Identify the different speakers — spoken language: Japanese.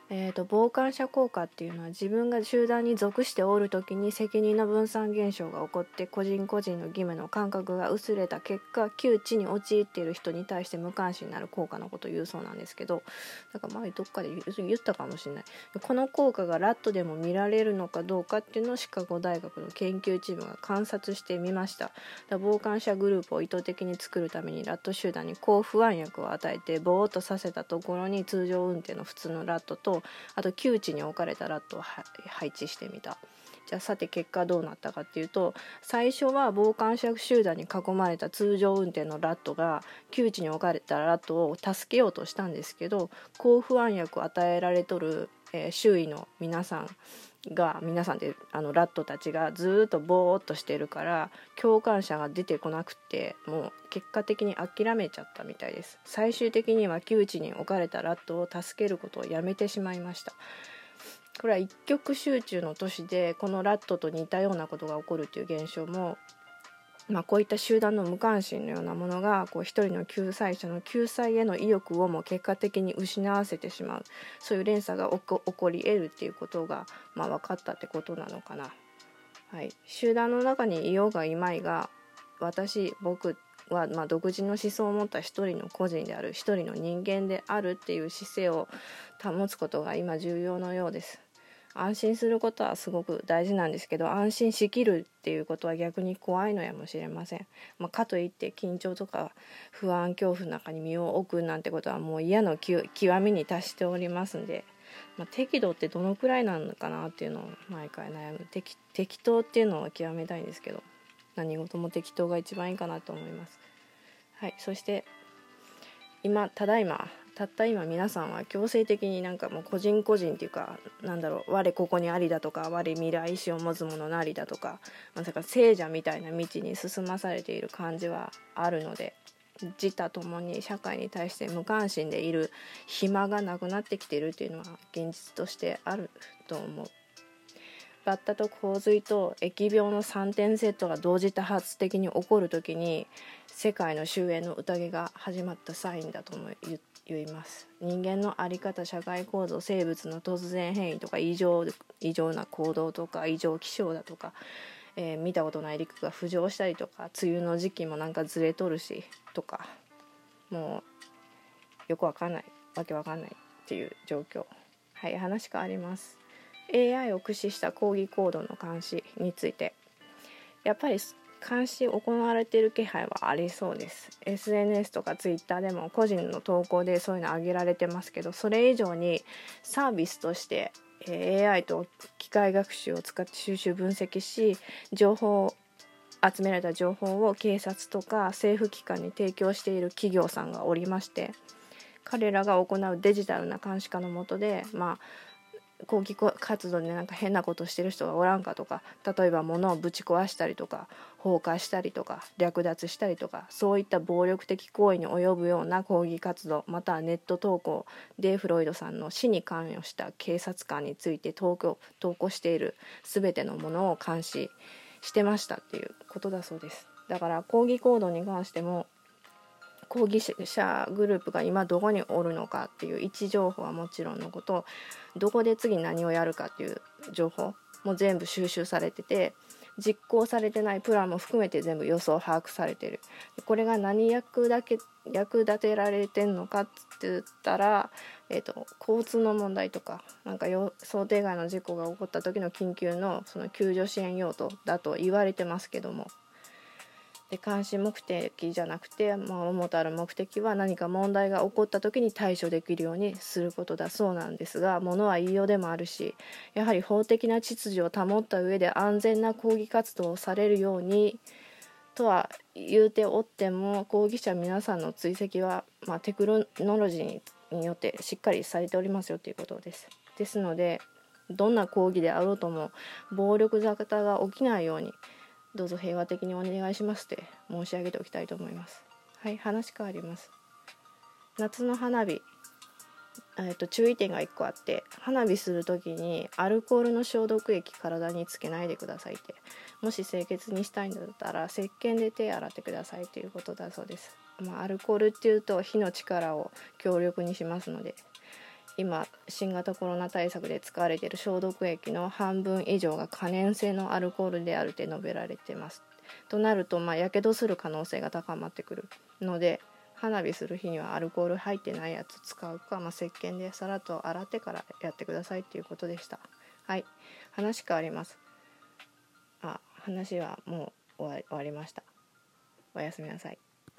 Speaker 1: 傍観者効果っていうのは自分が集団に属しておる時に責任の分散現象が起こって個人個人の義務の感覚が薄れた結果窮地に陥っている人に対して無関心になる効果のことを言うそうなんですけど、だから前どっかで言ったかもしれない。この効果がラットでも見られるのかどうかっていうのをシカゴ大学の研究チームが観察してみました。傍観者グループを意図的に作るためにラット集団に抗不安薬を与えてぼーっとさせたところに通常運転の普通のラットとあと窮地に置かれたラットを配置してみた。じゃあさて結果どうなったかっていうと、最初は傍観者集団に囲まれた通常運転のラットが窮地に置かれたラットを助けようとしたんですけど、抗不安薬を与えられとる、周囲の皆さんでラットたちがずっとぼーっとしてるから共感者が出てこなくて、もう結果的に諦めちゃったみたいです。最終的には窮地に置かれたラットを助けることをやめてしまいました。これは一極集中の都市でこのラットと似たようなことが起こるという現象も、こういった集団の無関心のようなものが一人の救済者の救済への意欲をも結果的に失わせてしまう、そういう連鎖が起こり得るっていうことが、分かったってことなのかな。はい、集団の中にいようがいまいが僕は独自の思想を持った一人の個人である一人の人間であるっていう姿勢を保つことが今重要のようです。安心することはすごく大事なんですけど、安心しきるっていうことは逆に怖いのやもしれません。かといって緊張とか不安恐怖の中に身を置くなんてことはもう嫌の極みに達しておりますんで、適度ってどのくらいなのかなっていうのを毎回悩む。適当っていうのを極めたいんですけど、何事も適当が一番いいかなと思います。はい、そしてたった今皆さんは強制的にもう個人個人っていうか我ここにありだとか我未来意志を持つ者なりだとか、まさか聖者みたいな道に進まされている感じはあるので、自他ともに社会に対して無関心でいる暇がなくなってきているっていうのは現実としてあると思う。バッタと洪水と疫病の3点セットが同時多発的に起こるときに世界の終焉の宴が始まったサインだとも言います。人間の在り方、社会構造、生物の突然変異とか異常な行動とか異常気象だとか、見たことない陸が浮上したりとか、梅雨の時期もずれとるしとか、もうよくわかんないっていう状況。はい、話変わります。AI を駆使した抗議行動の監視について、やっぱり監視行われている気配はありそうです。 SNS とか Twitter でも個人の投稿でそういうの上げられてますけど、それ以上にサービスとして AI と機械学習を使って収集分析し集められた情報を警察とか政府機関に提供している企業さんがおりまして、彼らが行うデジタルな監視下の下で抗議活動で変なことしてる人がおらんかとか、例えば物をぶち壊したりとか放火したりとか略奪したりとか、そういった暴力的行為に及ぶような抗議活動、またはネット投稿でフロイドさんの死に関与した警察官について投稿している全てのものを監視してましたっていうことだそうです。だから抗議行動に関しても抗議者グループが今どこにおるのかっていう位置情報はもちろんのこと、どこで次何をやるかっていう情報も全部収集されてて、実行されてないプランも含めて全部予想把握されてる。これが何役立てられてんのかって言ったら、交通の問題とか想定外の事故が起こった時の緊急のその救助支援用途だと言われてますけども、で監視目的じゃなくて、主たる目的は何か問題が起こった時に対処できるようにすることだそうなんですが、物は言いようでもあるし、やはり法的な秩序を保った上で安全な抗議活動をされるようにとは言うておっても、抗議者皆さんの追跡は、テクノロジーによってしっかりされておりますよということです。ですのでどんな抗議であろうとも暴力沙汰が起きないようにどうぞ平和的にお願いしますって申し上げておきたいと思います。はい、話変わります。夏の花火、注意点が1個あって、花火するときにアルコールの消毒液体につけないでくださいって、もし清潔にしたいんだったら石鹸で手洗ってくださいということだそうです。アルコールっていうと火の力を強力にしますので、 今新型コロナ対策で使われている消毒液の半分以上が可燃性のアルコールであるって述べられてます。となるとやけどする可能性が高まってくるので、花火する日にはアルコール入ってないやつ使うか、石鹸でさらっと洗ってからやってくださいっていうことでした。はい、話変わります。話はもう終わりました。おやすみなさい。